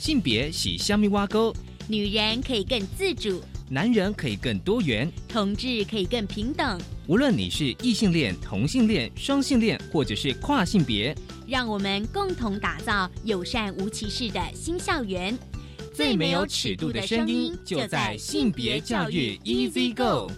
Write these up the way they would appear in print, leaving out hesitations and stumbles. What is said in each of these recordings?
性别是虾米挖沟， 女人可以更自主， 男人可以更多元， 同志可以更平等。 无论你是异性恋、同性恋、双性恋，或者是跨性别， 让我们共同打造友善无歧视的新校园。 最没有尺度的声音，就在性别教育 Easy Go。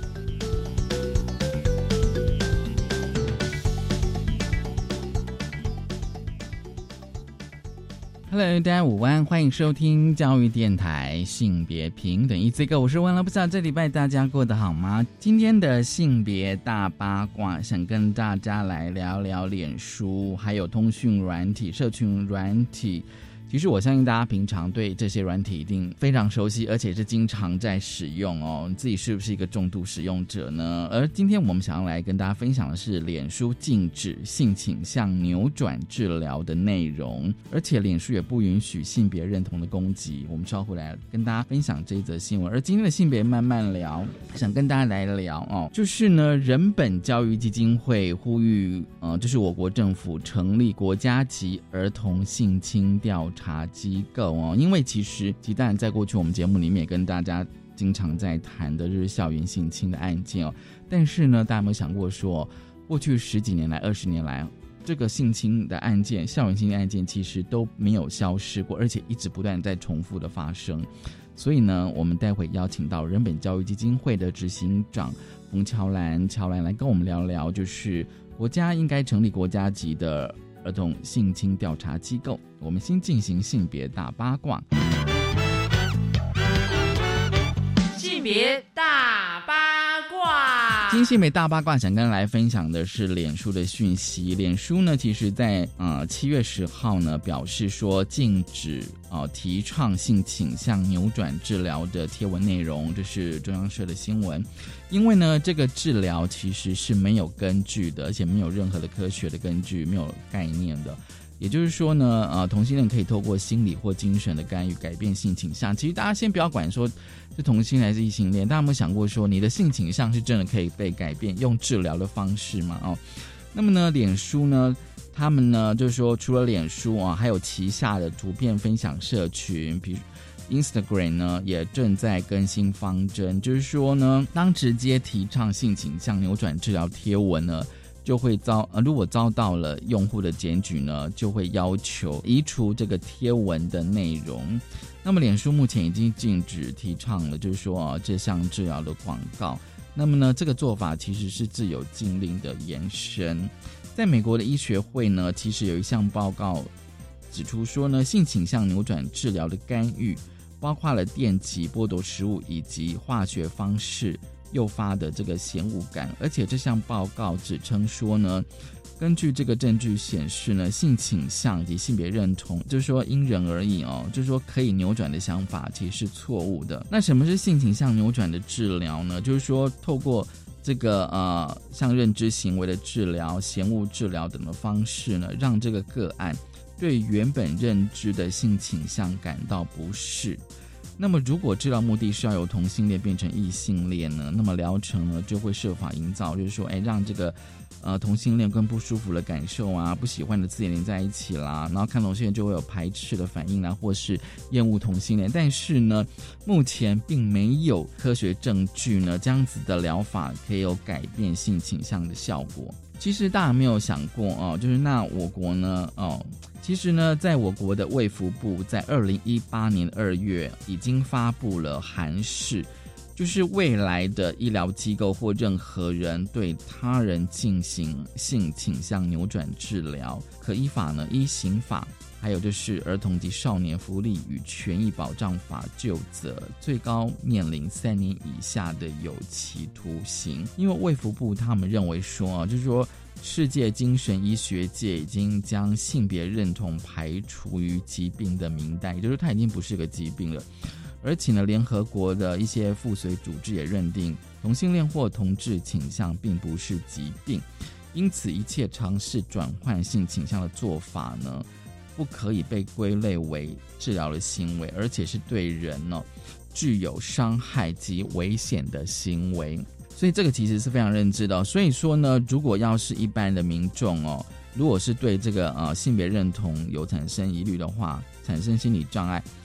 Hello， 大家午安，欢迎收听教育电台性别平等Easy Go，我是温乐。不知道这礼拜大家过得好吗？今天的性别大八卦，想跟大家来聊聊脸书，还有通讯软体、社群软体。其实我相信大家平常对这些软体一定非常熟悉，而且是经常在使用哦。你自己是不是一个重度使用者呢？而今天我们想要来跟大家分享的是脸书禁止性倾向扭转治疗的内容，而且脸书也不允许性别认同的攻击。我们稍后来跟大家分享这一则新闻。而今天的性别慢慢聊，想跟大家来聊哦，就是呢，人本教育基金会呼吁就是我国政府成立国家级儿童性侵调查机构哦，因为其实当然在过去我们节目里面也跟大家经常在谈的就是校园性侵的案件哦，但是呢，大家有没有想过说，过去10几年来、20年来，这个性侵的案件、校园性侵案件其实都没有消失过，而且一直不断在重复的发生。所以呢，我们待会邀请到人本教育基金会的执行长冯乔兰来跟我们聊聊，就是国家应该成立国家级的儿童性侵调查机构。我们先进行性别大八卦。 性别大八卦， 今天性别大八卦想跟大家来分享的是脸书的讯息。脸书呢，其实在7月10号呢表示说禁止提倡性倾向扭转治疗的贴文内容，这是中央社的新闻。因为呢，这个治疗其实是没有根据的，而且没有任何的科学的根据，没有概念的。也就是说呢，同性恋可以透过心理或精神的干预改变性倾向。其实大家先不要管说是同性恋还是异性恋，大家有没有想过说你的性倾向是真的可以被改变，用治疗的方式吗？那么呢，脸书呢，他们呢就是说，除了脸书还有旗下的图片分享社群，比如Instagram 呢也正在更新方针，就是说呢，当直接提倡性倾向扭转治疗贴文呢，就会如果遭到了用户的检举呢，就会要求移除这个贴文的内容。那么脸书目前已经禁止提倡了，就是说这项治疗的广告。那么呢，这个做法其实是自有禁令的延伸。在美国的医学会呢，其实有一项报告指出说呢，性倾向扭转治疗的干预包括了电击、剥夺食物以及化学方式诱发的这个嫌恶感。而且这项报告指称说呢，根据这个证据显示呢，性倾向以及性别认同就是说因人而异就是说可以扭转的想法其实是错误的。那什么是性倾向扭转的治疗呢？就是说透过这个像认知行为的治疗、嫌恶治疗等的方式呢，让这个个案对原本认知的性倾向感到不适。那么如果治疗目的是要由同性恋变成异性恋呢，那么疗程呢就会设法营造，就是说让这个同性恋跟不舒服的感受不喜欢的字眼连在一起啦，然后看同性恋就会有排斥的反应啦，或是厌恶同性恋。但是呢，目前并没有科学证据呢，这样子的疗法可以有改变性倾向的效果。其实大家没有想过就是那我国呢其实呢，在我国的卫福部在2018年2月已经发布了函释，就是未来的医疗机构或任何人对他人进行性倾向扭转治疗，可依法呢依刑法，还有就是儿童及少年福利与权益保障法究责，最高面临3年以下的有期徒刑。因为卫福部他们认为说就是说世界精神医学界已经将性别认同排除于疾病的名单，也就是它已经不是个疾病了。而且呢，联合国的一些附随组织也认定同性恋或同志倾向并不是疾病，因此一切尝试转换性倾向的做法呢，不可以被归类为治疗的行为，而且是对人具有伤害及危险的行为。所以这个其实是非常认知的所以说呢，如果要是一般的民众如果是对这个性别认同有产生疑虑的话，产生心理障碍，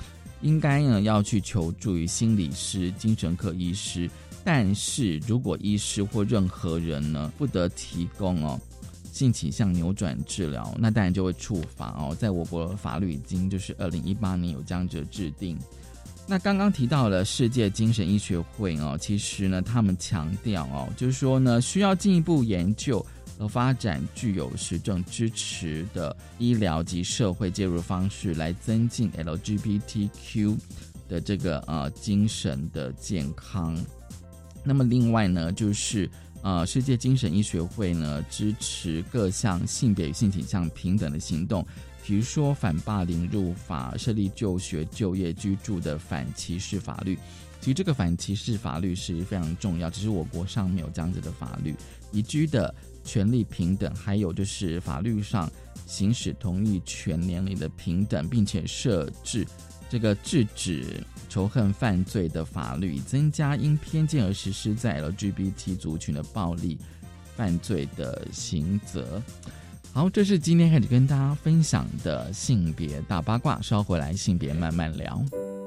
应该呢要去求助于心理师、精神科医师，但是如果医师或任何人呢不得提供性倾向扭转治疗，那当然就会处罚在我国的法律已经就是2018年有这样子的制定。那刚刚提到了世界精神医学会其实呢他们强调就是说呢需要进一步研究和发展具有实证支持的医疗及社会介入方式，来增进 LGBTQ 的这个精神的健康。那么另外呢就是世界精神医学会呢支持各项性别与性倾向平等的行动，比如说反霸凌入法，设立就学、就业、居住的反歧视法律。其实这个反歧视法律是非常重要，只是我国上没有这样子的法律。宜居的权利平等，还有就是法律上行使同意权年龄的平等，并且设置这个制止仇恨犯罪的法律，增加因偏见而实施在 LGBT 族群的暴力犯罪的刑责。好，这是今天开始跟大家分享的性别大八卦，稍回来性别慢慢聊。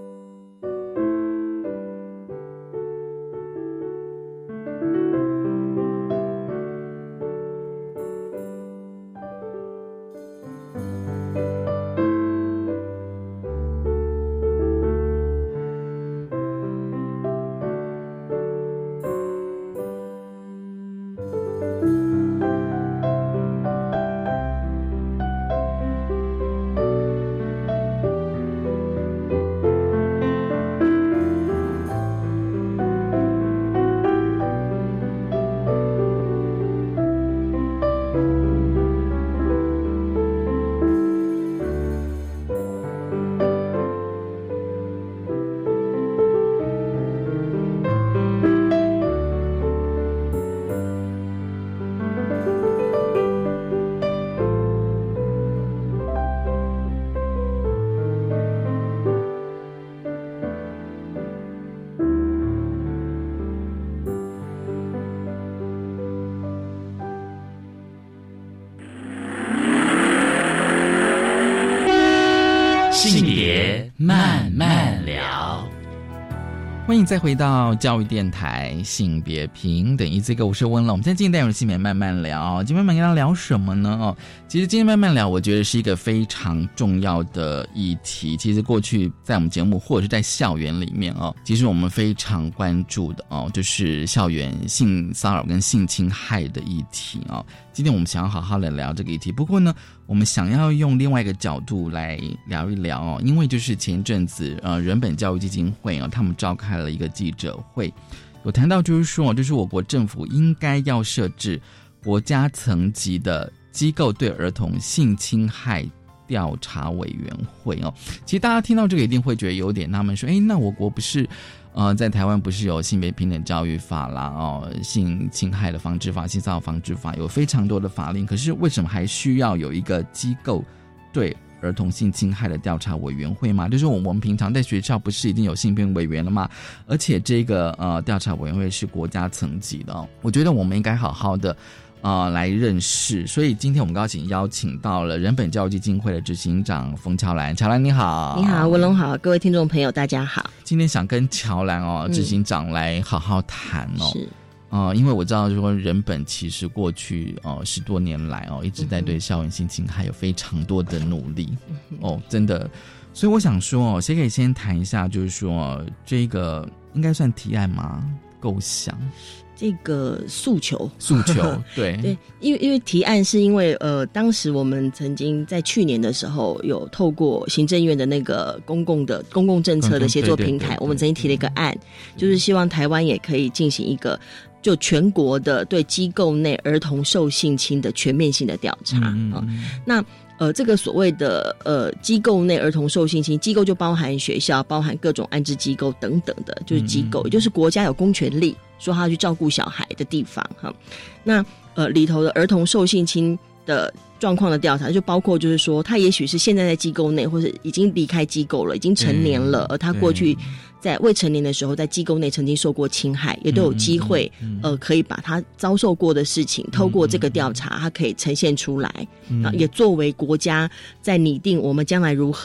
性别慢慢聊， 欢迎再回到教育电台性别平等这个，我是温乐。我们现在进入的性别慢慢聊，今天慢慢跟大家聊什么呢？其实今天慢慢聊我觉得是一个非常重要的议题。其实过去在我们节目或者是在校园里面其实我们非常关注的就是校园性骚扰跟性侵害的议题今天我们想要好好的聊这个议题，不过呢我们想要用另外一个角度来聊一聊因为就是前一阵子人本教育基金会他们召开了一个记者会，有谈到就是说就是我国政府应该要设置国家层级的机构对儿童性侵害调查委员会其实大家听到这个一定会觉得有点纳闷，说那我国不是在台湾不是有性别平等教育法啦性侵害的防治法、性骚扰防治法，有非常多的法令，可是为什么还需要有一个机构对儿童性侵害的调查委员会吗？就是我们平常在学校不是已经有性平委员了吗？而且这个调查委员会是国家层级的我觉得我们应该好好的来认识。所以今天我们邀请到了人本教育基金会的执行长冯乔兰。乔兰你好。 你好，文龙好，各位听众朋友大家好。 今天想跟乔兰执行长来好好谈是因为我知道说人本其实过去10多年来一直在对校园性侵害有非常多的努力真的。所以我想说谁可以先谈一下，就是说这个应该算提案吗？构想这个诉求对对，因为提案是因为当时我们曾经在去年的时候有透过行政院的那个公共政策的协作平台，我们曾经提了一个案，就是希望台湾也可以进行一个就全国的对机构内儿童受性侵的全面性的调查那这个所谓的机构内儿童受性侵，机构就包含学校，包含各种安置机构等等的，就是机构，也就是国家有公权力说他要去照顾小孩的地方那里头的儿童受性侵的状况的调查，就包括就是说他也许是现在在机构内，或者已经离开机构了，已经成年了，而他过去在未成年的时候在机构内曾经受过侵害，也都有机会可以把他遭受过的事情透过这个调查他可以呈现出来也作为国家在拟定我们将来如何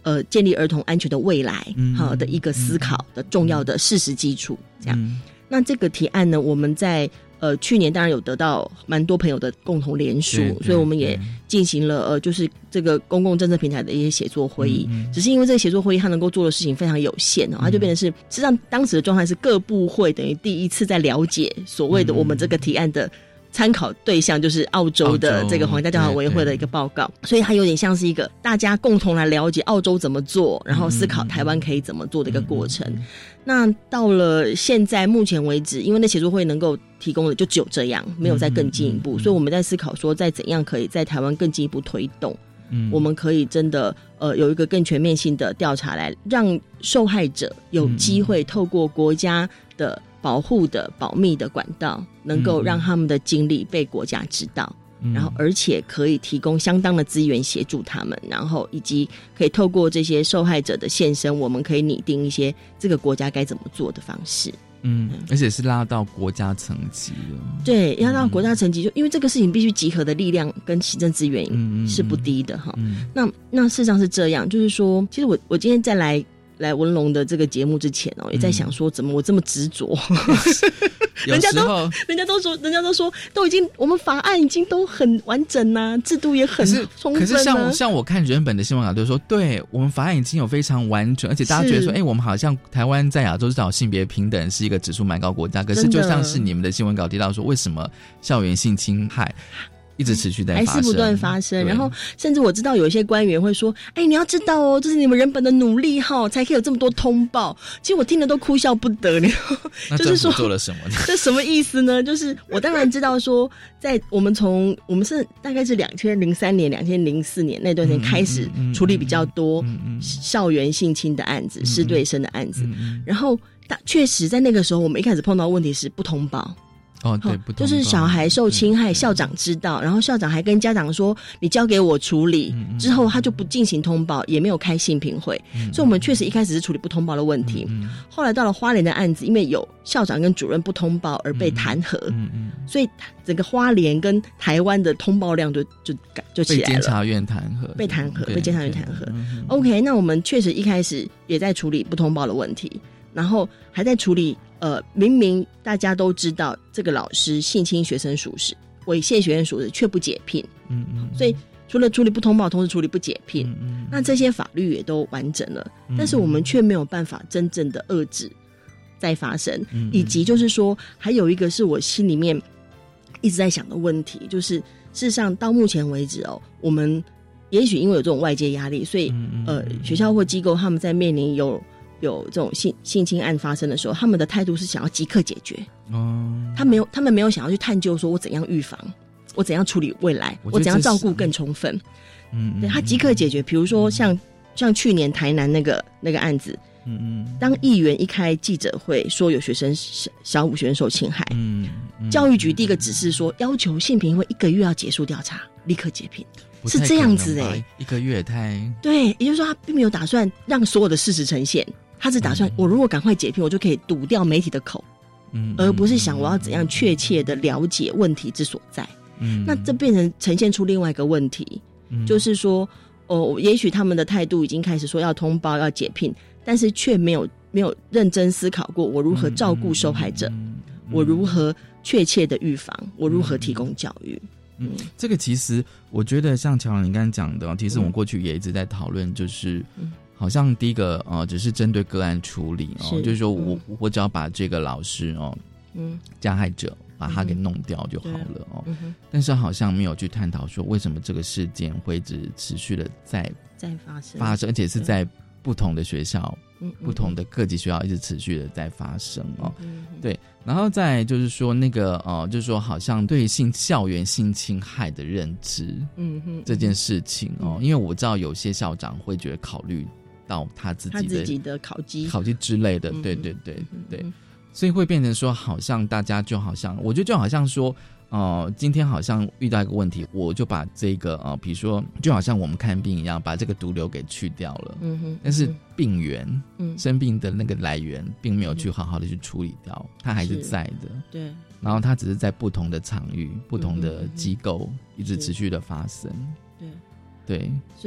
建立儿童安全的未来好的一个思考的重要的事实基础这样。那这个提案呢，我们在去年当然有得到蛮多朋友的共同联署，所以我们也进行了就是这个公共政策平台的一些协作会议。只是因为这个协作会议它能够做的事情非常有限它就变成是，实际上当时的状态是各部会等于第一次在了解所谓的我们这个提案的参考对象，就是澳洲的这个皇家调查委员会的一个报告，所以它有点像是一个大家共同来了解澳洲怎么做，然后思考台湾可以怎么做的一个过程。那到了现在目前为止，因为那协作会能够提供的就只有这样，没有再更进一步，所以我们在思考说在怎样可以在台湾更进一步推动我们可以真的有一个更全面性的调查，来让受害者有机会透过国家的保护的保密的管道，能够让他们的经历被国家知道，然后而且可以提供相当的资源协助他们，然后以及可以透过这些受害者的现身，我们可以拟定一些这个国家该怎么做的方式。 而且是拉到国家层级的。对， 要到国家层级，就因为这个事情必须集合的力量跟行政资源是不低的那事实上是这样，就是说，其实我今天再来文龙的这个节目之前也在想说，怎么我这么执着？人家都说都已经，我们法案已经都很完整啊，制度也很充分啊。可是像我看原本的新闻稿都说，对，我们法案已经有非常完整，而且大家觉得说，我们好像台湾在亚洲至少性别平等是一个指数蛮高国家，可是就像是你们的新闻稿提到说，为什么校园性侵害一直持续在发生， 还是不断发生。然后甚至我知道有一些官员会说，你要知道这是你们人本的努力才可以有这么多通报。其实我听了都哭笑不得了。 那政府做了什么呢？ 这什么意思呢？就是我当然知道说，在我们是大概是2003年、2004年那段时间开始处理比较多校园性侵的案子、师对生的案子。然后确实在那个时候，我们一开始碰到问题是不通报。 对，不就是小孩受侵害，校长知道，然后校长还跟家长说你交给我处理，之后他就不进行通报，也没有开性平会，所以我们确实一开始是处理不通报的问题。后来到了花莲的案子，因为有校长跟主任不通报而被弹劾，所以整个花莲跟台湾的通报量就起来了， 被监察院弹劾， 被监察院弹劾。OK， 那我们确实一开始也在处理不通报的问题，然后还在处理明明大家都知道这个老师性侵学生属实、猥亵学生属实，却不解聘。所以除了处理不通报，同时处理不解聘。那这些法律也都完整了，但是我们却没有办法真正的遏制再发生。以及就是说，还有一个是我心里面一直在想的问题，就是事实上到目前为止我们也许因为有这种外界压力，所以学校或机构他们在面临有这种性侵案发生的时候，他们的态度是想要即刻解决。他们没有想要去探究说我怎样预防，我怎样处理未来，我怎样照顾更充分。对，他即刻解决。比如说像去年台南那个案子，当议员一开记者会说有学生小五学生受侵害，教育局第一个指示说要求性平会1个月要结束调查，立刻解聘。是这样子 1个月也太对，也就是说他并没有打算让所有的事实呈现，他是打算我如果赶快解聘，我就可以堵掉媒体的口，而不是想我要怎样确切的了解问题之所在。那这变成呈现出另外一个问题，就是说也许他们的态度已经开始说要通报要解聘，但是却没有认真思考过我如何照顾受害者，我如何确切的预防，我如何提供教育。 这个其实我觉得像乔你刚才讲的，其实我们过去也一直在讨论，就是好像第一个只是针对个案处理就是说我只要把这个老师加害者把他给弄掉就好了但是好像没有去探讨说为什么这个事件会一直持续的在发生，而且是在不同的学校不同的各级学校一直持续的在发生对，然后再就是说那个就是说好像对校园性侵害的认知这件事情因为我知道有些校长会觉得考虑到他自己的考绩之类的，对，所以会变成说好像大家就好像我觉得就好像说今天好像遇到一个问题，我就把这个比如说就好像我们看病一样，把这个毒瘤给去掉了但是病源生病的那个来源并没有去好好的去处理掉，它还是在的， 对， 然后它只是在不同的场域不同的机构一直持续的发生， 对，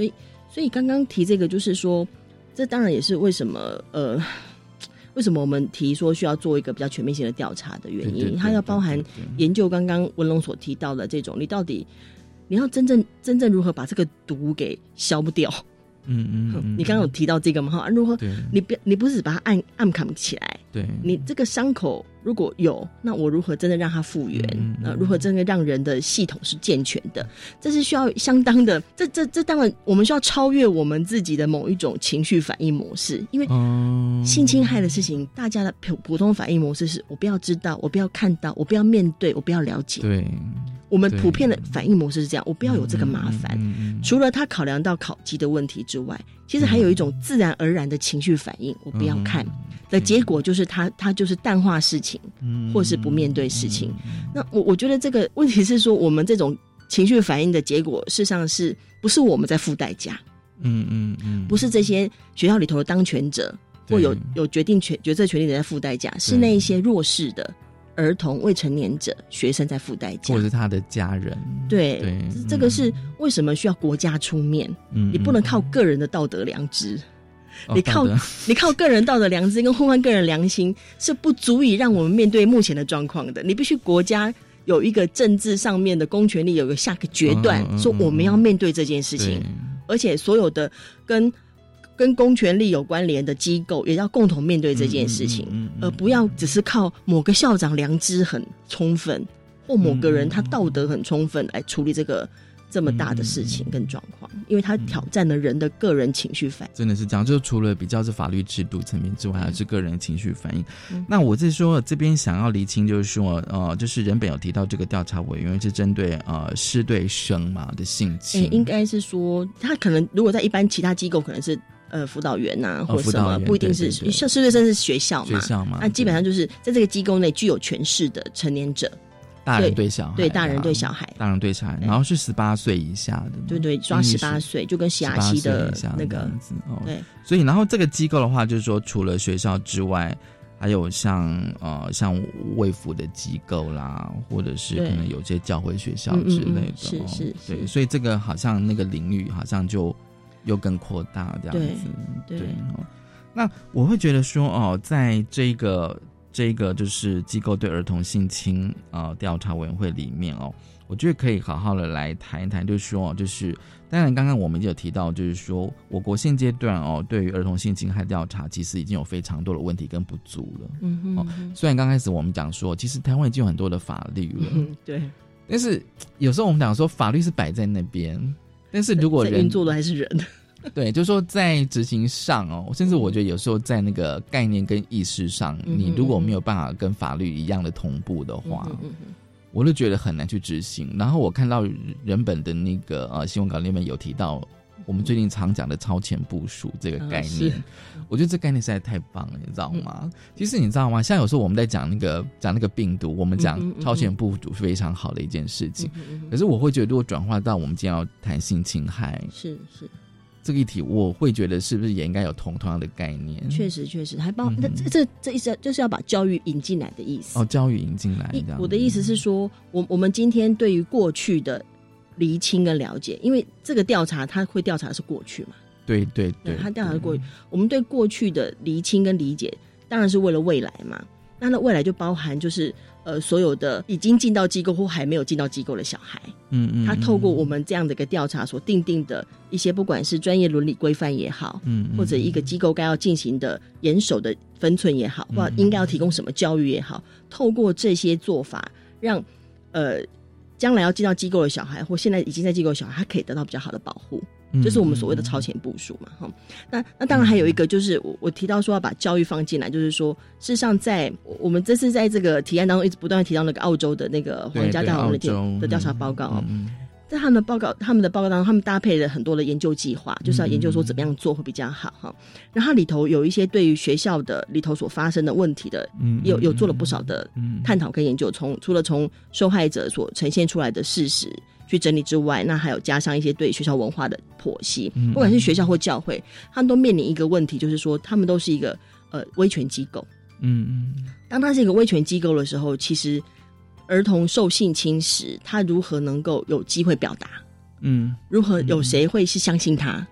所以刚刚提这个就是说，这当然也是为什么我们提说需要做一个比较全面性的调查的原因，它要包含研究刚刚文龙所提到的这种，你到底你要真正如何把这个毒给消不掉。你刚刚有提到这个嘛？如何你不是只把它按扛起来，对，你这个伤口如果有，那我如何真的让它复原？如何真的让人的系统是健全的？这是需要相当的，这当然我们需要超越我们自己的某一种情绪反应模式，因为性侵害的事情，大家的普通反应模式是我不要知道，我不要看到，我不要面对，我不要了解。对。我们普遍的反应模式是这样，我不要有这个麻烦。除了他考量到考绩的问题之外，其实还有一种自然而然的情绪反应，我不要看的结果就是他就是淡化事情，或是不面对事情。那我觉得这个问题是说，我们这种情绪反应的结果，事实上是不是我们在付代价？不是这些学校里头的当权者或有决策权利的在付代价，是那一些弱势的儿童、未成年者、学生在付代价， 或者是他的家人。对， 这个是为什么需要国家出面？你不能靠个人的道德良知，你靠个人道德良知跟呼唤个人良心是不足以让我们面对目前的状况的。你必须国家有一个政治上面的公权力，有一个下个决断，说我们要面对这件事情，而且所有的跟公权力有关联的机构也要共同面对这件事情，而不要只是靠某个校长良知很充分，或某个人他道德很充分来处理这么大的事情跟状况，因为他挑战了人的个人情绪反应。 真的是这样，就除了比较是法律制度层面之外，还是个人情绪反应。那我是说这边想要厘清，就是说就是人本有提到这个调查委员会是针对师对生嘛的性侵， 应该是说他可能如果在一般其他机构可能是辅导员啊或者什么，不一定是师对生是学校嘛，那基本上就是在这个机构内具有权势的成年者。 大人对小孩， 对大人对小孩， 然后是18岁以下的， 对，抓18岁，就跟西雅西的那个对。所以，然后这个机构的话，就是说，除了学校之外，还有像卫福的机构啦，或者是可能有些教会学校之类的， 是， 对。所以这个好像那个领域好像就又更扩大这样子，对。那我会觉得说，在这个就是机构对儿童性侵调查委员会里面我觉得可以好好的来谈一谈，就是说就是当然刚刚我们有提到，就是说我国现阶段对于儿童性侵害调查其实已经有非常多的问题跟不足了。虽然刚开始我们讲说其实台湾已经有很多的法律了， 对， 但是有时候我们讲说法律是摆在那边，但是如果人运作的还是人。 对，就是说在执行上甚至我觉得有时候在那个概念跟意识上，你如果没有办法跟法律一样的同步的话，我就觉得很难去执行。然后我看到人本的那个新闻稿里面有提到我们最近常讲的超前部署这个概念，我觉得这概念实在太棒了，你知道吗？其实你知道吗？像有时候我们在讲那个病毒，我们讲超前部署是非常好的一件事情，可是我会觉得如果转化到我们今天要谈性侵害，是这个议题，我会觉得是不是也应该有同样的概念？确实，还包这意思就是要把教育引进来的意思。教育引进来。我的意思是说，我们今天对于过去的厘清跟了解，因为这个调查它会调查的是过去嘛。对，它调查的过去，我们对过去的厘清跟理解，当然是为了未来嘛。那未来就包含就是所有的已经进到机构或还没有进到机构的小孩，他透过我们这样的一个调查所定的一些，不管是专业伦理规范也好，或者一个机构该要进行的严守的分寸也好，或应该要提供什么教育也好，透过这些做法，让将来要进到机构的小孩或现在已经在机构的小孩，他可以得到比较好的保护。就是我们所谓的超前部署嘛，那当然还有一个就是我提到说要把教育放进来，就是说事实上在我们这次在这个提案当中一直不断提到那个澳洲的那个皇家大学的调查报告在他们的报告当中，他们搭配了很多的研究计划，就是要研究说怎么样做会比较好然后它里头有一些对于学校的里头所发生的问题的，有做了不少的探讨跟研究，除了从受害者所呈现出来的事实去整理之外，那还有加上一些对学校文化的剖析，不管是学校或教会，他们都面临一个问题，就是说他们都是一个威权机构。当他是一个威权机构的时候，其实儿童受性侵时，他如何能够有机会表达？如何有谁会是相信他？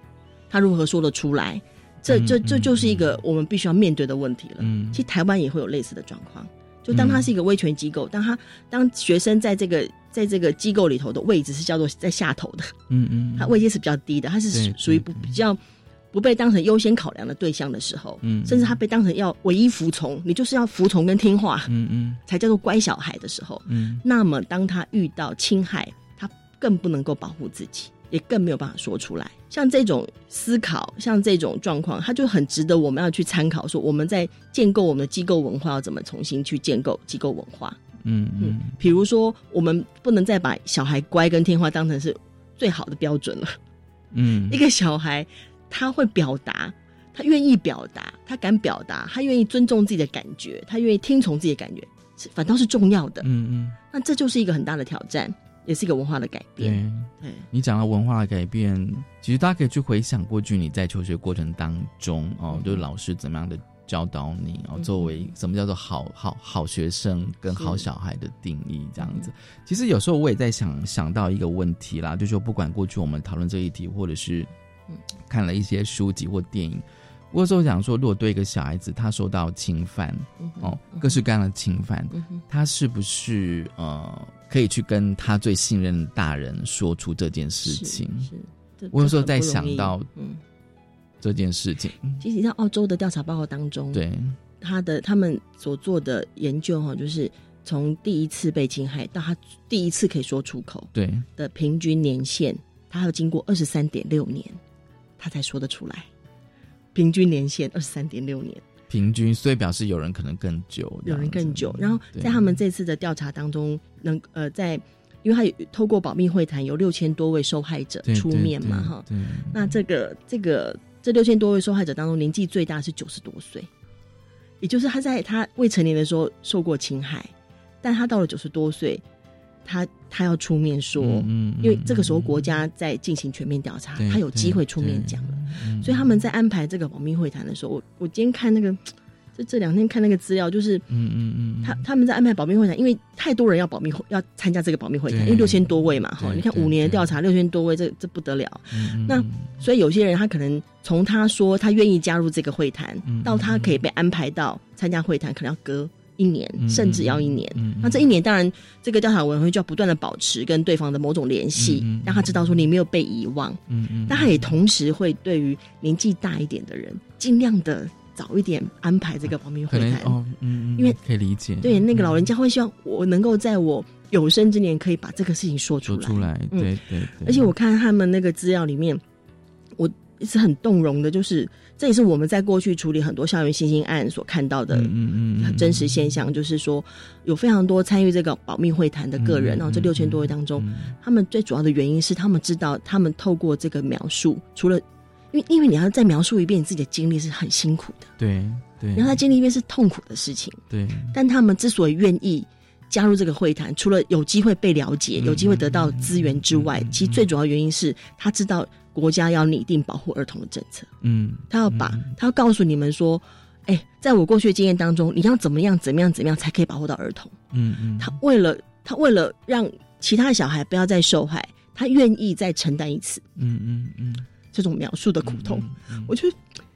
他如何说得出来？这就是一个我们必须要面对的问题了。其实台湾也会有类似的状况，就当它是一个威权机构，当学生在这个机构里头的位置是叫做在下头的，他位阶是比较低的，他是属于比较不被当成优先考量的对象的时候，甚至他被当成要唯一服从，你就是要服从跟听话，才叫做乖小孩的时候，那么当他遇到侵害，他更不能够保护自己，也更没有办法说出来。像这种思考，像这种状况，它就很值得我们要去参考，说我们在建构我们的机构文化要怎么重新去建构机构文化。比如说我们不能再把小孩乖跟听话当成是最好的标准了。一个小孩他会表达，他愿意表达，他敢表达，他愿意尊重自己的感觉，他愿意听从自己的感觉，反倒是重要的。那这就是一个很大的挑战，也是一个文化的改变。对，你讲到文化的改变，其实大家可以去回想过去你在求学过程当中就是老师怎么样的教导你作为什么叫做好学生跟好小孩的定义这样子。其实有时候我也在想到一个问题啦，就是说不管过去我们讨论这一题，或者是看了一些书籍或电影，我有时候想说，如果对一个小孩子他受到侵犯各式各样的侵犯，他是不是可以去跟他最信任的大人说出这件事情？我有时候在想到这件事情。 其实在澳洲的调查报告当中，对他们所做的研究就是从第一次被侵害到他第一次可以说出口的平均年限，他要经过23.6年他才说得出来。平均年限23.6年， 平均，所以表示有人可能更久， 有人更久。然后在他们这次的调查当中，因为他有透过保密会谈，有6000多位受害者出面嘛，哈。那这6000多位受害者当中，年纪最大是90多岁，也就是他在他未成年的时候受过侵害，但他到了90多岁，他要出面说，因为这个时候国家在进行全面调查，他有机会出面讲了。所以他们在安排这个保密会谈的时候，我今天看那个这2天看那个资料，就是他们在安排保密会谈，因为太多人要参加这个保密会谈，因为6000多位嘛，你看5年的调查6000多位，这不得了。那所以有些人他可能从他说他愿意加入这个会谈，到他可以被安排到参加会谈，可能要隔1年，甚至要1年。那这1年当然这个调查委员会就要不断的保持跟对方的某种联系，让他知道说你没有被遗忘。但他也同时会对于年纪大一点的人尽量的早一点安排这个保密会谈。因为可以理解， 对，那个老人家会希望我能够在我有生之年可以把这个事情说出来。 对。 而且我看他们那个资料里面，我是很动容的，就是这也是我们在过去处理很多校园性侵案所看到的真实现象，就是说有非常多参与这个保密会谈的个人，然后这6000多位当中，他们最主要的原因是他们知道，他们透过这个描述，除了因为你要再描述一遍你自己的经历是很辛苦的，对，然后他经历一遍是痛苦的事情，对，但他们之所以愿意加入这个会谈，除了有机会被了解，有机会得到资源之外，其实最主要原因是他知道国家要拟定保护儿童的政策。他要告诉你们说，在我过去的经验当中，你要怎么样才可以保护到儿童。他为了让其他小孩不要再受害，他愿意再承担一次。这种描述的苦痛，我觉得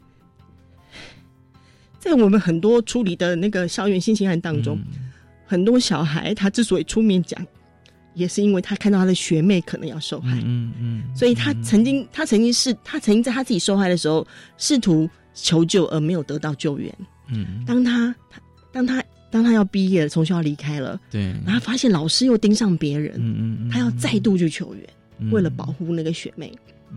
在我们很多处理的那个校园性侵案当中，很多小孩他之所以出面讲，也是因为他看到他的学妹可能要受害，所以他曾经在他自己受害的时候试图求救而没有得到救援。当他要毕业了，从学校离开了，对，然后发现老师又盯上别人，他要再度去求援，为了保护那个学妹。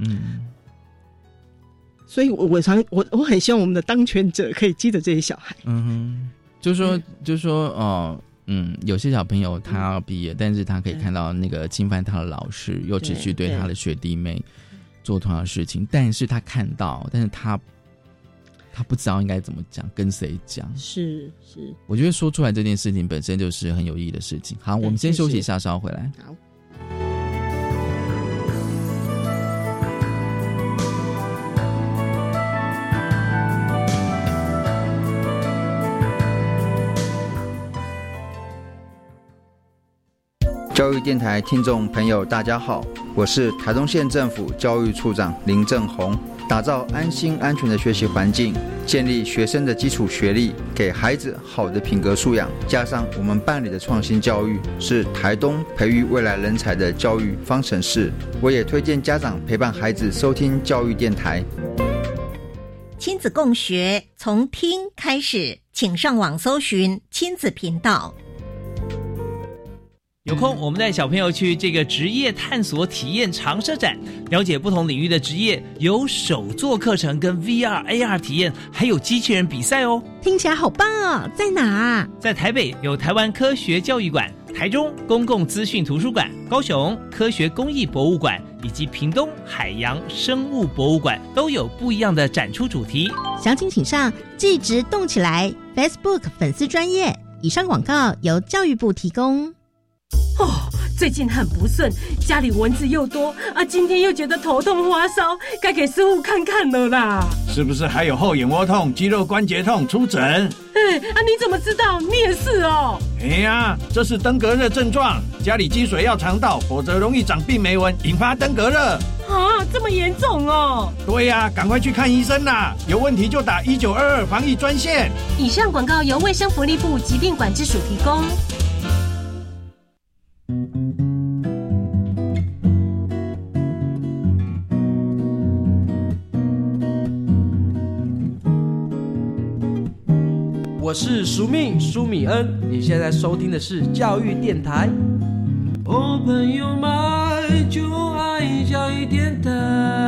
所以我很希望我们的当权者可以记得这些小孩。 就是说有些小朋友他要毕业，但是他可以看到那个侵犯他的老师又持续对他的学弟妹做同样的事情，但是他看到，但是他不知道应该怎么讲，跟谁讲。是，我觉得说出来这件事情本身就是很有意义的事情。好，我们先休息一下，稍后回来。好。 教育电台听众朋友大家好，我是台东县政府教育处长林正宏。 打造安心安全的学习环境，建立学生的基础学历，给孩子好的品格素养，加上我们办理的创新教育，是台东培育未来人才的教育方程式。我也推荐家长陪伴孩子收听教育电台， 亲子共学，从听开始，请上网搜寻亲子频道。 有空我们带小朋友去这个职业探索体验常设展，了解不同领域的职业，有手作课程跟 VR、AR 体验，还有机器人比赛哦。 听起来好棒哦！在哪啊？ 在台北有台湾科学教育馆，台中公共资讯图书馆，高雄科学工艺博物馆，以及屏东海洋生物博物馆，都有不一样的展出主题。 详情请上技职动起来 Facebook 粉丝专页。以上广告由教育部提供。 最近很不顺，家里蚊子又多啊，今天又觉得头痛发烧，该给师傅看看了啦。 是不是还有后眼窝痛、肌肉关节痛？出诊。 你怎么知道？你也是哦。 这是登革热症状，家里积水要肠道，否则容易长病媒蚊，引发登革热。 这么严重哦？ 对呀，赶快去看医生啦！有问题就打1922防疫专线。 以上广告由卫生福利部疾病管制署提供。 我是苏米恩，你现在收听的是教育电台。Open your mind， 就爱教育电台。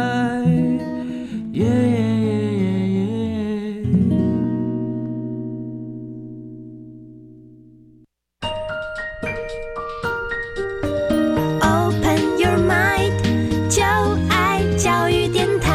Open your mind， 就爱教育电台。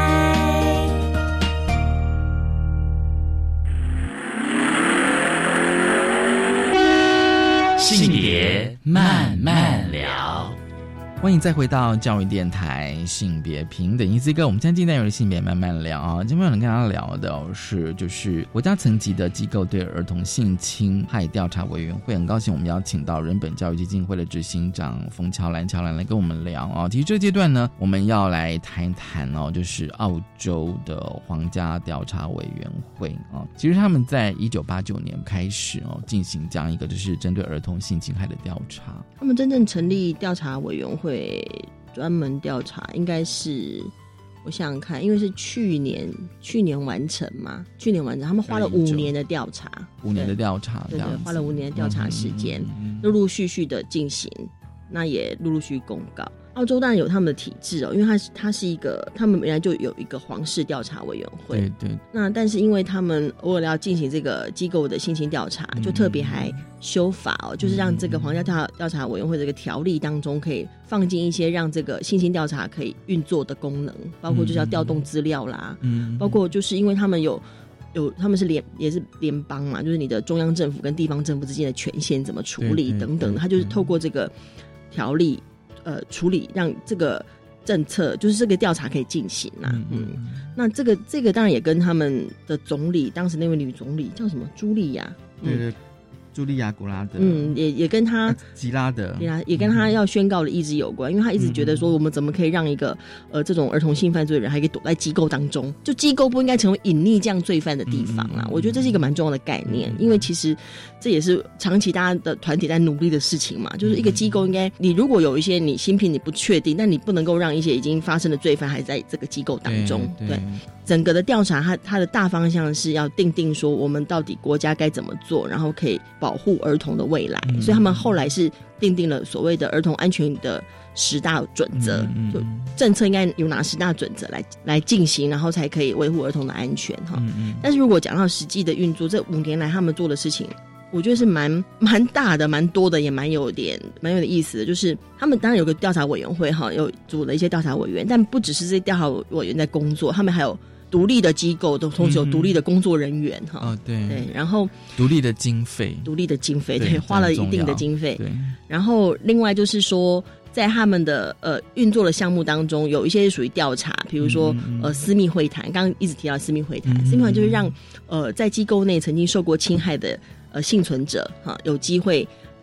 性别慢慢聊， 欢迎再回到教育电台性别平等1C哥，我们今天进单元的性别慢慢聊啊。今天我们跟大家聊的是就是国家层级的机构对儿童性侵害调查委员会，很高兴我们邀请到人本教育基金会的执行长冯乔兰来跟我们聊啊。其实这个阶段呢，我们要来谈一谈哦，就是澳洲的皇家调查委员会啊。其实他们在1989年开始哦进行这样一个就是针对儿童性侵害的调查。 他们真正成立调查委员会专门调查应该是，我想想看，因为是去年完成嘛，他们花了5年的调查，5年的调查，对，花了5年的调查时间，陆陆续续的进行，那也陆陆续公告。澳洲当然有他们的体制哦，因为它是一个，他们原来就有一个皇室调查委员会，对。那但是因为他们为了要进行这个机构的性侵调查，就特别还修法哦，就是让这个皇家调查委员会这个条例当中可以放进一些让这个性侵调查可以运作的功能，包括就是要调动资料啦，包括就是因为他们他们是也是联邦嘛，就是你的中央政府跟地方政府之间的权限怎么处理等等，他就是透过这个条例。处理让这个政策就是这个调查可以进行啦，那这个当然也跟他们的总理，当时那位女总理叫什么茱莉亚，对，茱莉亚·古拉德，也跟他吉拉德，也跟他要宣告的意志有关，因为他一直觉得说，我们怎么可以让一个这种儿童性犯罪的人还可以躲在机构当中？就机构不应该成为隐匿这样罪犯的地方啦。我觉得这是一个蛮重要的概念，因为其实这也是长期大家的团体在努力的事情嘛。就是一个机构应该，你如果有一些你新品你不确定，但你不能够让一些已经发生的罪犯还在这个机构当中，对。整个的调查它的大方向是要定说我们到底国家该怎么做，然后可以保护儿童的未来，所以他们后来是定了所谓的儿童安全的10大准则，就政策应该有哪10大准则来进行，然后才可以维护儿童的安全哈。但是如果讲到实际的运作，这5年来他们做的事情，我觉得是蛮大的、蛮多的，也蛮有点意思的。就是他们当然有个调查委员会哈，有组了一些调查委员，但不只是这些调查委员在工作，他们还有独立的机构，都同时有独立的工作人员哈。对，然后独立的经费，对，花了一定的经费。对，然后另外就是说，在他们的运作的项目当中，有一些是属于调查，比如说私密会谈，刚刚一直提到私密会谈，私密会谈就是让在机构内曾经受过侵害的幸存者哈有机会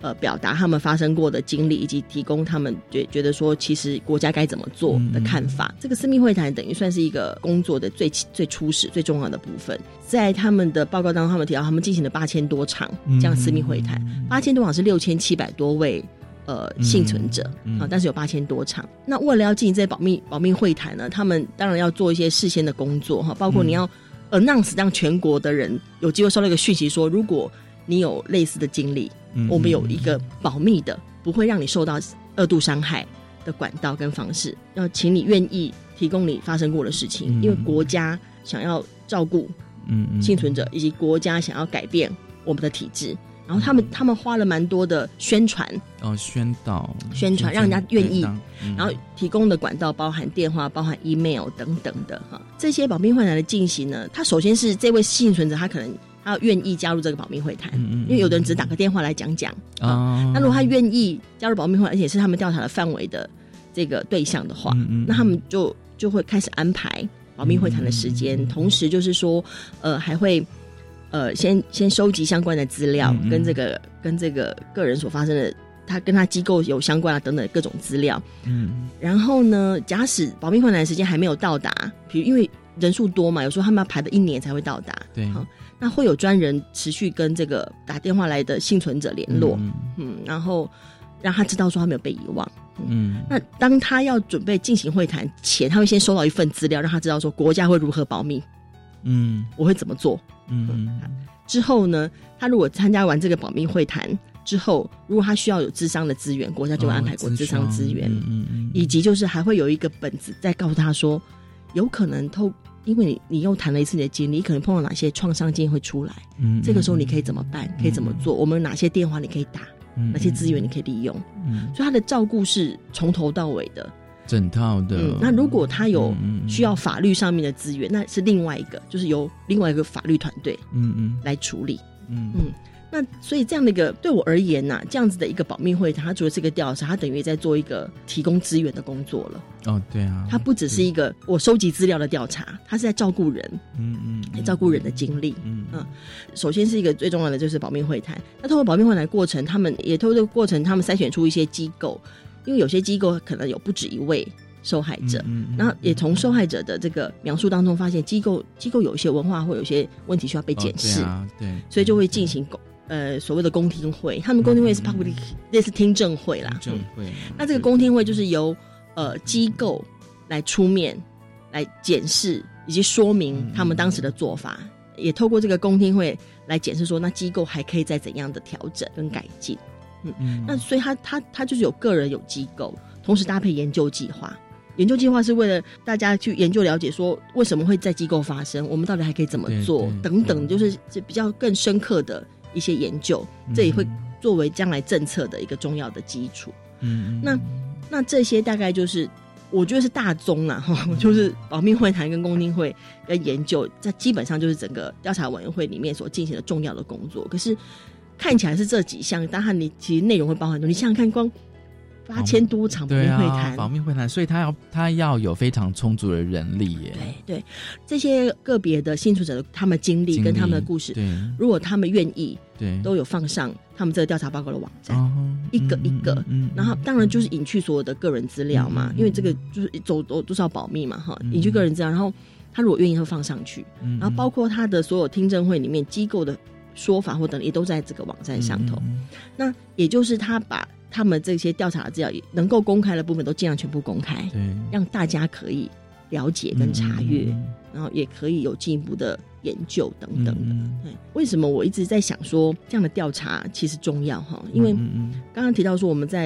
表达他们发生过的经历，以及提供他们觉得说其实国家该怎么做的看法。这个私密会谈等于算是一个工作的最初始最重要的部分。在他们的报告当中，他们提到他们进行了8000多场这样私密会谈，8000多场是6700多位幸存者但是有8000多场。那为了要进行这些保密会谈呢，他们当然要做一些事先的工作包括你要announce让全国的人有机会收到一个讯息说，如果你有类似的经历，我们有一个保密的不会让你受到2度伤害的管道跟方式，要请你愿意提供你发生过的事情，因为国家想要照顾幸存者，以及国家想要改变我们的体制。然后他们花了蛮多的宣传宣传让人家愿意，然后提供的管道包含电话、包含 email 等等的这些保密会谈的进行呢，他首先是这位幸存者他可能他愿意加入这个保密会谈，因为有的人只打个电话来讲那如果他愿意加入保密会谈，而且是他们调查的范围的这个对象的话，那他们就会开始安排保密会谈的时间，同时就是说还会先收集相关的资料，跟这个个人所发生的他跟他机构有相关等等各种资料，然后呢，假使保密会谈的时间还没有到达，比如因为人数多嘛，有时候他们要排到1年才会到达， 对， 那会有专人持续跟这个打电话来的幸存者联络，然后让他知道说他没有被遗忘。那当他要准备进行会谈前，他会先收到一份资料，让他知道说国家会如何保密，我会怎么做。之后呢，他如果参加完这个保密会谈之后，如果他需要有諮商的资源，国家就会安排过諮商资源，以及就是还会有一个本子在告诉他说，有可能因为你又谈了一次你的经历，你可能碰到哪些创伤经验会出来，这个时候你可以怎么办，可以怎么做，我们有哪些电话你可以打，哪些资源你可以利用，所以他的照顾是从头到尾的整套的。 那如果他有需要法律上面的资源，那是另外一个，就是由另外一个法律团队来处理。那所以这样的一个对我而言这样子的一个保密会谈，它除了是一个调查，它等于在做一个提供资源的工作了。 对啊， 它不只是一个我收集资料的调查，它是在照顾人，照顾人的经历。首先是一个最重要的就是保密会谈。那透过保密会谈的过程，他们也透过这个过程，他们筛选出一些机构，因为有些机构可能有不止一位受害者，然后也从受害者的这个描述当中发现机构有一些文化或有一些问题需要被检视， 对， 所以就会进行所谓的公听会。他们公听会是 public 类似听证会啦，那这个公听会就是由机构来出面来检视以及说明他们当时的做法，也透过这个公听会来检视说那机构还可以再怎样的调整跟改进。那所以他就是有个人有机构，同时搭配研究计划。研究计划是为了大家去研究了解说为什么会在机构发生，我们到底还可以怎么做等等，就是比较更深刻的一些研究，这也会作为将来政策的一个重要的基础。那这些大概就是我觉得是大宗啦，就是保密会谈跟公听会跟研究，这基本上就是整个调查委员会里面所进行的重要的工作。可是看起来是这几项，当然你其实内容会包含很多，你想想看，光8000多场保密会谈， 保密会谈，所以他要有非常充足的人力耶。 对，这些个别的幸存者他们经历跟他们的故事，如果他们愿意，都有放上他们这个调查报告的网站，一个一个，然后当然就是隐去所有的个人资料嘛，因为这个就是都是要保密嘛，隐去个人资料，然后他如果愿意会放上去，然后包括他的所有听证会里面机构的说法或等也都在这个网站上头。那也就是他把他们这些调查的资料能够公开的部分都尽量全部公开，让大家可以了解跟查阅，然后也可以有进一步的研究等等的。为什么我一直在想说这样的调查其实重要，因为刚刚提到说我们在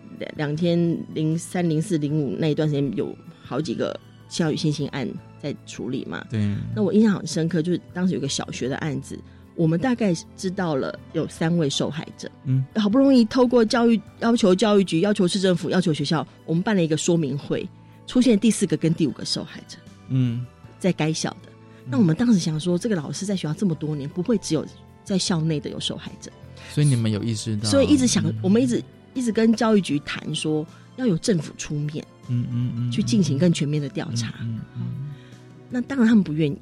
2003、04、05那一段时间有好几个校语性侵案在处理嘛。那我印象很深刻，就是当时有个小学的案子，我们大概知道了有3位受害者，好不容易透过要求教育局、要求市政府、要求学校，我们办了一个说明会，出现第4个跟第5个受害者，在该校的。那我们当时想说，这个老师在学校这么多年，不会只有在校内的有受害者， 所以你们有意识到， 所以一直想，我们一直跟教育局谈说，要有政府出面，去进行更全面的调查。那当然他们不愿意。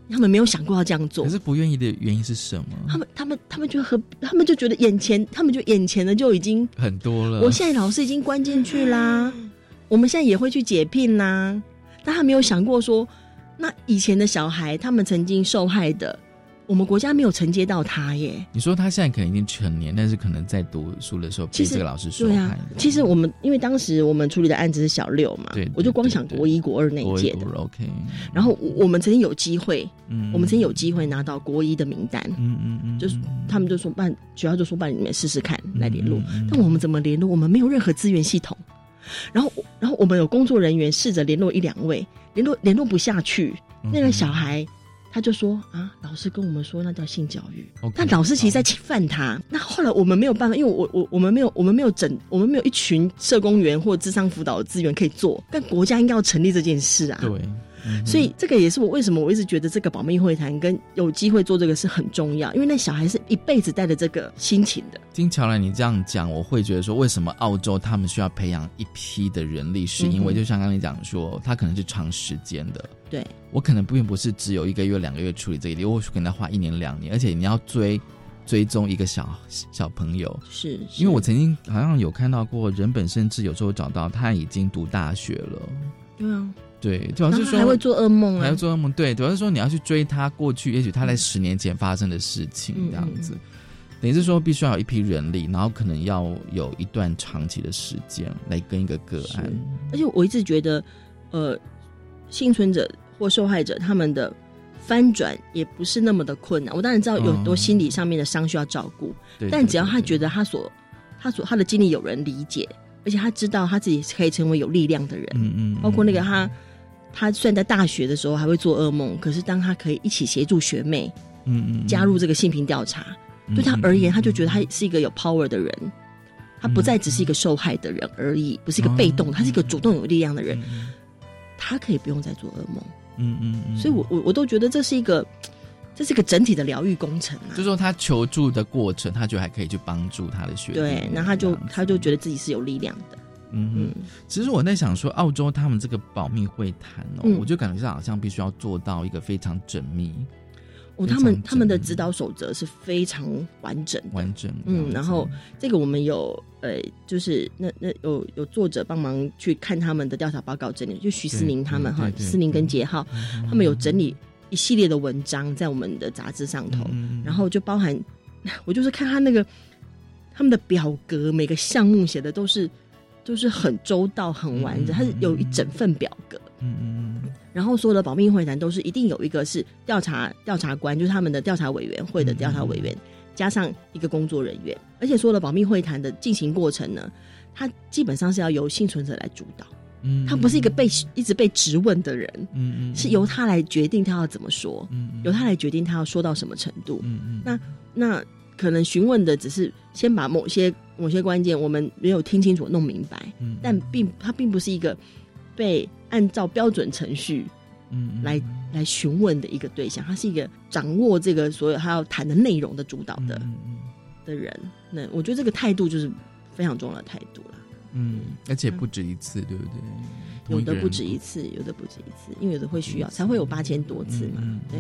他们没有想过要这样做。 可是不愿意的原因是什么？ 他们就觉得眼前的就已经很多了。 我现在老师已经关进去啦，我们现在也会去解聘啦，但他没有想过说，那以前的小孩他们曾经受害的，我们国家没有承接到他耶。 你说他现在可能已经成年，但是可能在读书的时候被这个老师受害的。 其实我们因为当时我们处理的案子是小6嘛，对，我就光想国1、国2那一届的。 OK。 然后我们曾经有机会，我们曾经有机会拿到国1的名单，就是他们就说学校就说办你们试试看来联络，但我们怎么联络？我们没有任何资源系统。然后我们有工作人员试着联络1、2位，联络不下去，那个小孩。他就说啊，老师跟我们说那叫性教育，但老师其实在侵犯他。那后来我们没有办法，因为我们没有一群社工员或諮商辅导的资源可以做，但国家应该要成立这件事啊。 对。 所以这个也是为什么我一直觉得这个保密会谈跟有机会做这个是很重要，因为那小孩是一辈子带着这个心情的。 听乔兰你这样讲，我会觉得说为什么澳洲他们需要培养一批的人力，是因为就像刚才你讲说他可能是长时间的。 对， 我可能并不是只有1个月、2个月处理这一点，我可能要花1年、2年，而且你要追踪一个小朋友。 是因为我曾经好像有看到过人本甚至有时候找到他已经读大学了。 对啊。 对，主要是说还会做噩梦啊， 还会做噩梦。对，主要是说你要去追他过去，也许他在10年前发生的事情，这样子。等于是说，必须要有一批人力，然后可能要有一段长期的时间来跟一个个案。 而且我一直觉得，幸存者或受害者他们的翻转也不是那么的困难。我当然知道有很多心理上面的伤需要照顾，但只要他觉得他的经历有人理解，而且他知道他自己可以成为有力量的人，包括那个他虽然在大学的时候还会做噩梦，可是当他可以一起协助学妹，加入这个性平调查，对他而言，他就觉得他是一个有 power 的人，他不再只是一个受害的人而已，不是一个被动，他是一个主动有力量的人，他可以不用再做噩梦。所以我都觉得这是一个整体的疗愈工程啊。 就是说他求助的过程，他就还可以去帮助他的学弟。 对，那他就觉得自己是有力量的。 其实我在想说，澳洲他们这个保密会谈我就感觉上好像必须要做到一个非常缜密。 他们的指导守则是非常完整的。然后这个我们有就是那有作者帮忙去看他们的调查报告整理，就徐思宁他们哈，思宁跟杰浩他们有整理一系列的文章在我们的杂志上头，然后就包含我就是看他们的表格，每个项目写的都是很周到很完整，它是有一整份表格。然后所有的保密会谈都是一定有一个是调查官，就是他们的调查委员会的调查委员，加上一个工作人员，而且所有的保密会谈的进行过程呢，它基本上是要由幸存者来主导。他不是一个一直被质问的人，是由他来决定他要怎么说，由他来决定他要说到什么程度。那可能询问的只是先把某些关键我们没有听清楚弄明白，但他并不是一个被按照标准程序来询问的一个对象，他是一个掌握这个所有他要谈的内容的主导的人。那我觉得这个态度就是非常重要的态度了。 而且不止一次，对不对？ 有的不止一次，因为有的会需要，才会有8000多次嘛。对，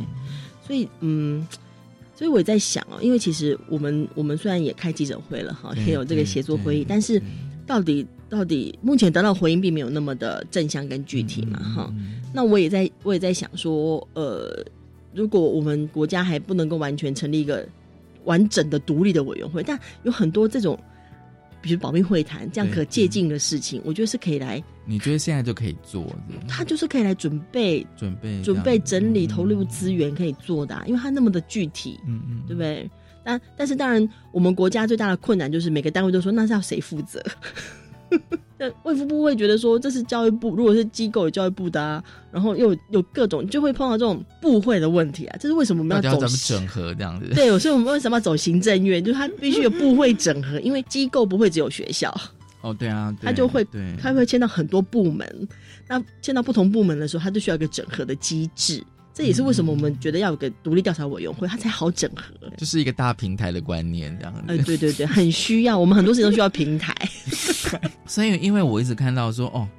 所以我也在想因为其实我们虽然也开记者会了哈，也有这个协作会议，但是到底目前得到回应并没有那么的正向跟具体嘛哈。那我也在想说，如果我们国家还不能够完全成立一个完整的独立的委员会，但有很多这种比如保密会谈这样可借鉴的事情，我觉得是可以来。 你觉得现在就可以做的？ 他就是可以来准备整理投入资源可以做的因为他那么的具体，对不对？但是当然我们国家最大的困难就是每个单位都说那是要谁负责。卫福部会觉得说这是教育部，如果是机构有教育部的然后又有各种就会碰到这种部会的问题这是为什么我们要怎么整合这样子？ 对，所以我们为什么要走行政院，就是它必须有部会整合，因为机构不会只有学校对啊， 它就会它会牵到很多部门，那牵到不同部门的时候它就需要一个整合的机制。这也是为什么我们觉得要有个独立调查委员会，它才好整合， 就是一个大平台的观念这样子。 对，很需要，我们很多事情都需要平台。 所以因为我一直看到说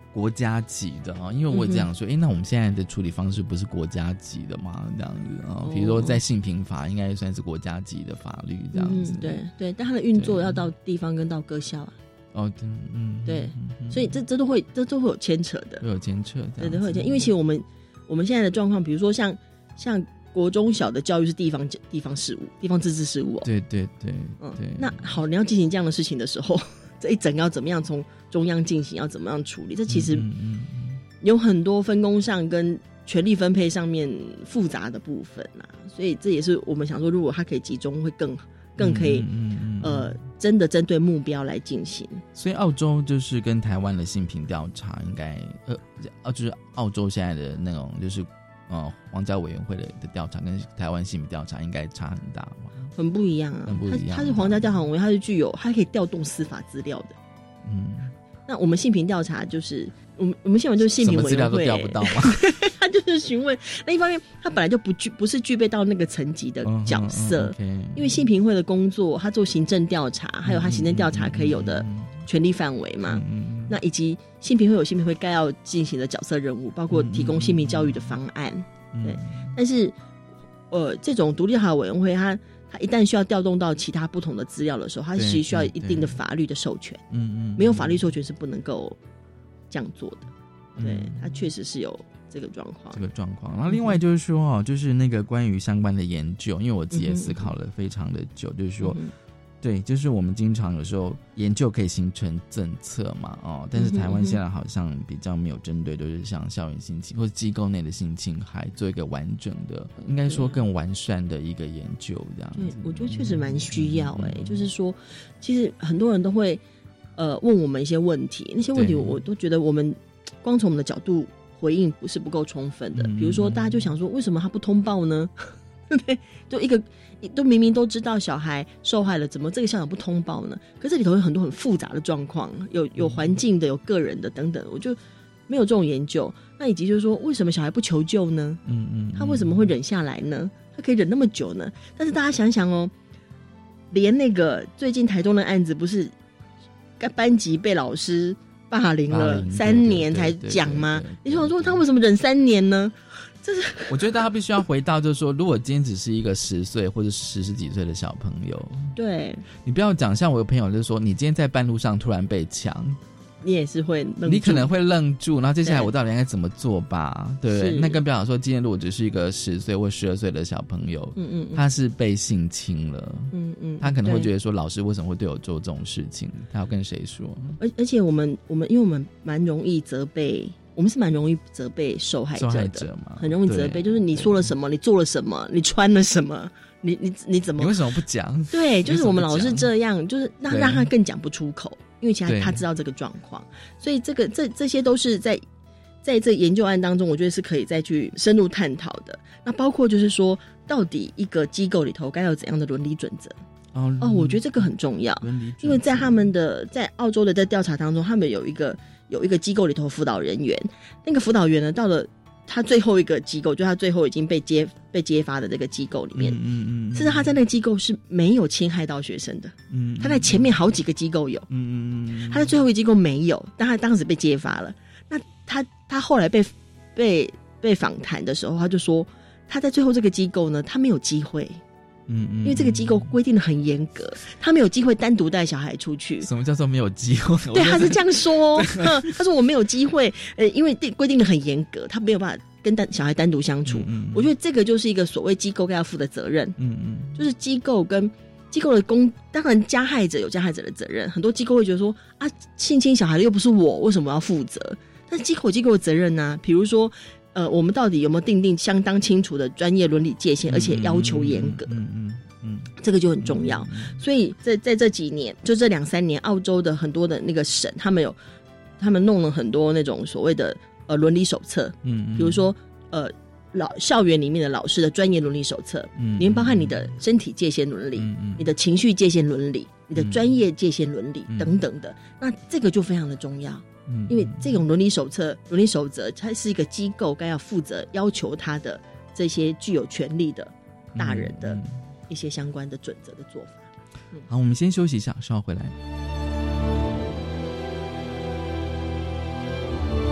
国家级的啊，因为我讲说，那我们现在的处理方式不是国家级的吗？这样子啊，比如说在性平法应该算是国家级的法律这样子。 对，但它的运作要到地方跟到各校啊。对，所以这都会有牵扯的， 会有牵扯， 对，会有牵，因为其实我们现在的状况，比如说像国中小的教育是地方事务、地方自治事务哦。 对， 那好，你要进行这样的事情的时候，这一整要怎么样从中央进行，要怎么样处理？这其实有很多分工上跟权力分配上面复杂的部分啦，所以这也是我们想说，如果它可以集中，会更可以真的针对目标来进行。 所以澳洲就是跟台湾的性平调查应该就是澳洲现在的那种就是皇家委员会的调查跟台湾性平调查应该差很大吗？ 很不一样啊， 很不一样。 它是皇家调查委员会，它是它可以调动司法资料的。那我们性平调查就是我们现在就是性平委员会，什么资料都调不到吗？ 他就是询问。那一方面，他本来就不是具备到那个层级的角色，因为性平会的工作，他做行政调查，还有他行政调查可以有的权力范围嘛。那以及性平会有性平会该要进行的角色任务，包括提供性平教育的方案。对，但是这种独立调查委员会，它一旦需要调动到其他不同的资料的时候，它其实需要一定的法律的授权。没有法律授权是不能够这样做的。对，它确实是有这个状况。 然后另外就是说就是那个关于相关的研究，因为我自己也思考了非常的久，就是说对，就是我们经常有时候研究可以形成政策嘛，但是台湾现在好像比较没有针对，就是像校园性侵或者机构内的性侵害做一个完整的，应该说更完善的一个研究这样子。 对，我觉得确实蛮需要就是说，其实很多人都会问我们一些问题，那些问题我都觉得我们光从我们的角度回应不够充分的。比如说，大家就想说，为什么他不通报呢？对，就都明明都知道小孩受害了，怎么这个校长不通报呢？可这里头有很多很复杂的状况，有环境的，有个人的等等，我就没有这种研究。那以及就是说，为什么小孩不求救呢？他为什么会忍下来呢？他可以忍那么久呢？但是大家想想连那个最近台中的案子，不是班级被老师霸凌了3年才讲吗？你想说他为什么忍3年呢？ 我觉得大家必须要回到，就是说，如果今天只是一个10岁或者10几岁的小朋友， 对， 你不要讲，像我有朋友就是说，你今天在半路上突然被抢， 你也是会愣住， 你可能会愣住，然后接下来我到底应该怎么做吧？对，那更不要讲说，今天如果只是一个10岁或12岁的小朋友，他是被性侵了，他可能会觉得说，老师为什么会对我做这种事情？他要跟谁说？ 而且我们因为我们蛮容易责备。我们是蛮容易责备受害者的，很容易责备，就是你说了什么，你做了什么，你穿了什么，你怎么， 你为什么不讲？ 对，就是我们老是这样，就是让他更讲不出口，因为其实他知道这个状况，所以这些都是在这研究案当中，我觉得是可以再去深入探讨的。那包括就是说，到底一个机构里头该有怎样的伦理准则？我觉得这个很重要，因为在澳洲的在调查当中，他们有一个机构里头辅导人员，那个辅导员呢，到了他最后一个机构，就他最后已经被揭发的这个机构里面，事实上他在那个机构是没有侵害到学生的，他在前面好几个机构有，他在最后一个机构没有，但他当时被揭发了。那他后来被访谈的时候，他就说他在最后这个机构呢，他没有机会。因为这个机构规定的很严格，他没有机会单独带小孩出去。 什么叫做没有机会？ 对，他是这样说。他说我没有机会，因为规定的很严格，他没有办法跟小孩单独相处。我觉得这个就是一个所谓机构该要负的责任。就是机构跟机构的当然加害者有加害者的责任。很多机构会觉得说性侵小孩的又不是我，为什么要负责？但是机构的责任啊，比如说。我们到底有没有订定相当清楚的专业伦理界限，而且要求严格？这个就很重要。所以在这几年，就这2-3年，澳洲的很多的那个省，他们弄了很多那种所谓的伦理手册，比如说校园里面的老师的专业伦理手册，里面包含你的身体界限伦理、你的情绪界限伦理、你的专业界限伦理等等的。那这个就非常的重要。因为这种伦理守则，它是一个机构该要负责要求他的这些具有权利的大人的一些相关的准则的做法。 好，我们先休息一下，稍后回来。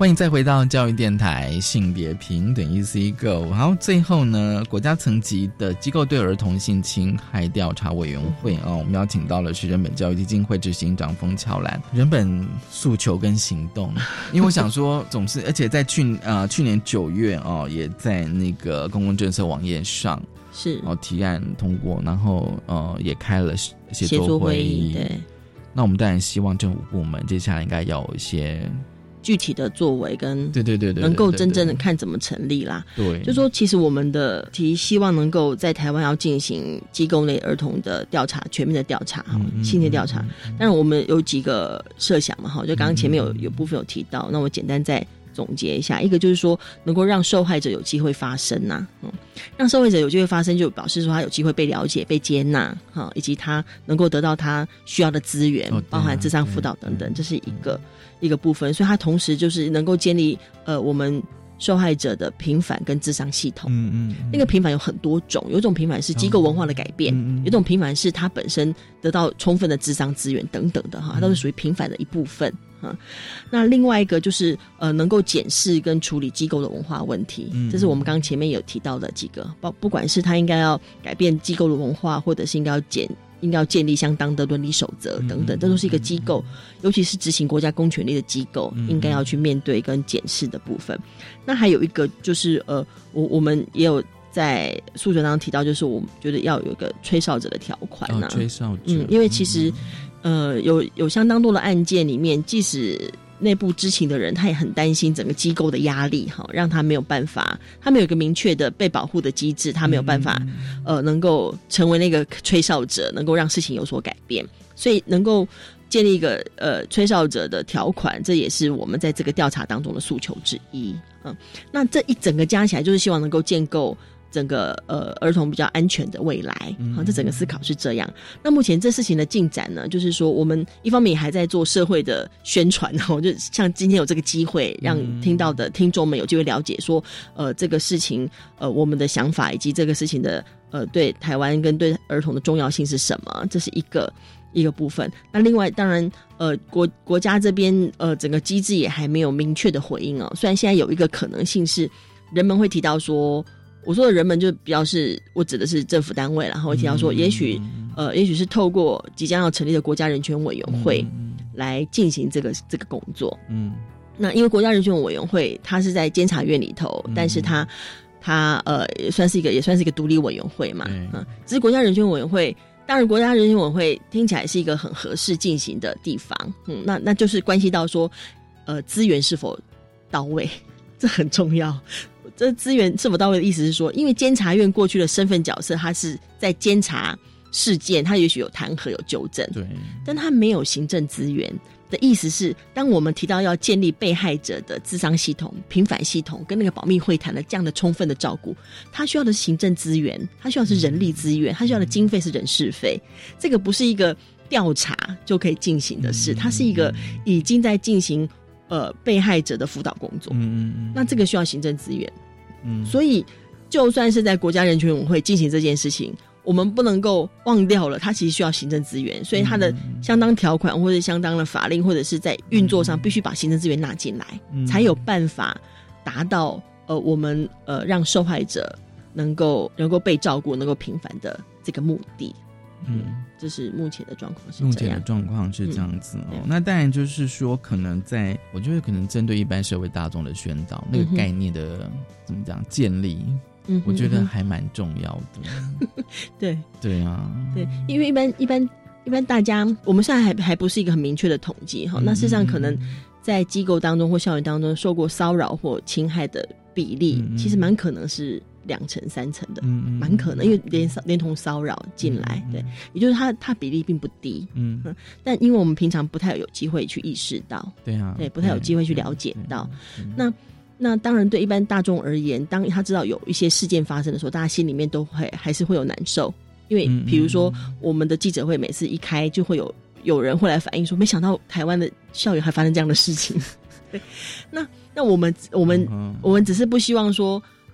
欢迎再回到教育电台性别平等 EC Go。 好，最后呢，国家层级的机构对儿童性侵害调查委员会我们邀请到了是人本教育基金会执行长冯巧兰。人本诉求跟行动，因为我想说总是而且在去年9月也在那个公共政策网页上是提案通过，然后也开了协作会议。 对， 那我们当然希望政府部门接下来应该要有一些具体的作为跟对能够真正的看怎么成立啦。 对， 就说其实我们的希望能够在台湾要进行机构内儿童的调查，全面的调查，性侵调查。当然我们有几个设想嘛，就刚刚前面有部分有提到，那我简单再总结一下。一个就是说能够让受害者有机会发声让受害者有机会发声，就表示说他有机会被了解、被接纳以及他能够得到他需要的资源，包含諮商輔導等等，这是一个部分。所以他同时就是能够建立我们受害者的平反跟諮商系统。那个平反有很多种，有一种平反是机构文化的改变，有一种平反是他本身得到充分的諮商资源等等的它都是属于平反的一部分。那另外一个就是能够检视跟处理机构的文化问题，这是我们刚刚前面有提到的几个，不管是他应该要改变机构的文化，或者是应该要建立相当的伦理守则等等，这都是一个机构，尤其是执行国家公权力的机构应该要去面对跟检视的部分。那还有一个就是我们也有在诉求当中提到，就是我们觉得要有一个吹哨者的条款吹哨者因为其实有相当多的案件里面，即使内部知情的人他也很担心整个机构的压力让他没有办法，他没有一个明确的被保护的机制，他没有办法能够成为那个吹哨者，能够让事情有所改变。所以能够建立一个吹哨者的条款，这也是我们在这个调查当中的诉求之一。那这一整个加起来就是希望能够建构整个儿童比较安全的未来这整个思考是这样。那目前这事情的进展呢，就是说我们一方面也还在做社会的宣传就像今天有这个机会让听到的听众们有机会了解说这个事情我们的想法以及这个事情的对台湾跟对儿童的重要性是什么，这是一个部分。那另外当然国家这边整个机制也还没有明确的回应虽然现在有一个可能性是人们会提到说，我说的人们就比较是我指的是政府单位，然后会提到说也许是透过即将要成立的国家人权委员会来进行这个工作。那因为国家人权委员会它是在监察院里头，但是它也算是一个独立委员会嘛。只是国家人权委员会，当然国家人权委员会听起来是一个很合适进行的地方。那就是关系到说资源是否到位，这很重要。这资源是否到位的意思是说，因为监察院过去的身份角色，它是在监察事件，它也许有弹劾有纠正，对，但它没有行政资源的意思是，当我们提到要建立被害者的諮商系统、平反系统跟那个保密会谈的这样的充分的照顾，它需要的是行政资源，它需要的是人力资源，它需要的经费是人事费。这个不是一个调查就可以进行的事，它是一个已经在进行被害者的辅导工作。那这个需要行政资源。所以就算是在国家人权委员会进行这件事情，我们不能够忘掉了它其实需要行政资源，所以它的相当条款或者相当的法令或者是在运作上必须把行政资源纳进来，才有办法达到我们让受害者能够被照顾，能够平反的这个目的。这是目前的状况是这样。目前的状况是这样子那当然就是说，我觉得可能针对一般社会大众的宣导，那个概念的怎么讲建立，我觉得还蛮重要的。对啊，对，因为一般大家，我们现在还不是一个很明确的统计那事实上可能在机构当中或校园当中受过骚扰或侵害的比例，其实蛮可能是2成3成的，蛮可能，因为连同骚扰进来，对，也就是它比例并不低，但因为我们平常不太有机会去意识到，对，不太有机会去了解到，那当然对一般大众而言，当他知道有一些事件发生的时候，大家心里面都还是会有难受，因为比如说我们的记者会每次一开就会有人会来反映说，没想到台湾的校园还发生这样的事情。对，那我们只是不希望说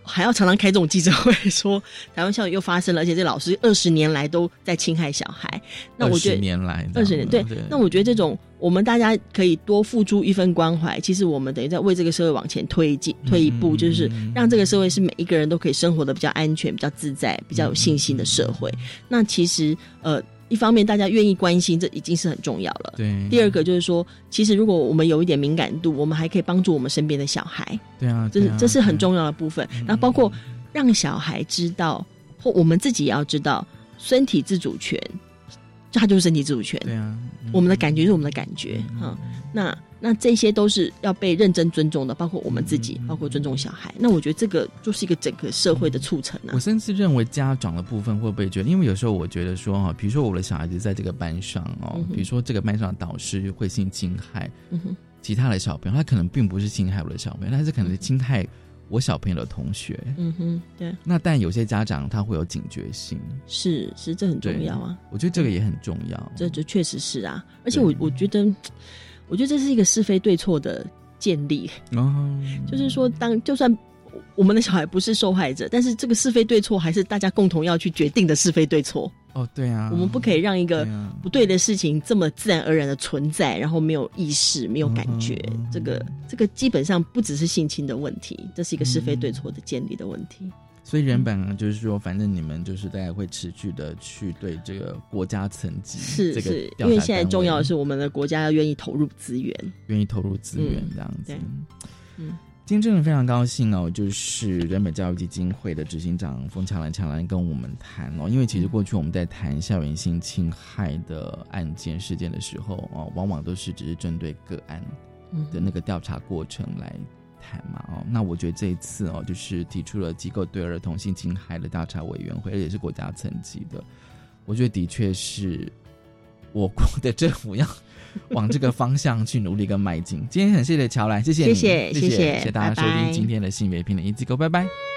还要常常开这种记者会说台湾校园又发生了，而且这老师20年来都在侵害小孩。那我觉得 20年来 20年对，那我觉得这种我们大家可以多付出一份关怀，其实我们等于在为这个社会往前推一步，就是让这个社会是每一个人都可以生活的比较安全、比较自在、比较有信心的社会。那其实一方面大家愿意关心，这已经是很重要了。 对。 第二个就是说，其实如果我们有一点敏感度，我们还可以帮助我们身边的小孩。 对啊， 这是很重要的部分。那包括让小孩知道，或我们自己也要知道，身体自主权，它就是身体自主权。 对啊， 我们的感觉是我们的感觉。那这些都是要被认真尊重的，包括我们自己，包括尊重小孩。那我觉得这个就是一个整个社会的促成啊。 我甚至认为家长的部分会不会觉得，因为有时候我觉得说比如说我的小孩子在这个班上比如说这个班上的导师会性侵害其他的小朋友，他可能并不是侵害我的小朋友，但是可能是侵害我小朋友的同学。 对。 那但有些家长他会有警觉性， 是这很重要啊。 我觉得这个也很重要， 这确实是啊。而且我觉得这是一个是非对错的建立。就是说就算我们的小孩不是受害者，但是这个是非对错还是大家共同要去决定的是非对错。 对啊， 我们不可以让一个不对的事情这么自然而然的存在，然后没有意识、没有感觉。这个基本上不只是性侵的问题，这是一个是非对错的建立的问题。 所以原本就是说，反正你们就是大概会持续的去对这个国家层级是因为现在重要的是我们的国家要愿意投入资源， 这样子。今天真的非常高兴就是人本教育基金会的执行长冯巧兰跟我们谈因为其实过去我们在谈校园性侵害的案件事件的时候往往都是只是针对个案的那个调查过程来谈嘛那我觉得这一次就是提出了机构对儿童性侵害的调查委员会，而且是国家层级的，我觉得的确是我国的政府要往这个方向去努力跟迈进。今天很谢谢乔兰，谢谢你，谢谢大家收听今天的性别平等一机构，拜拜。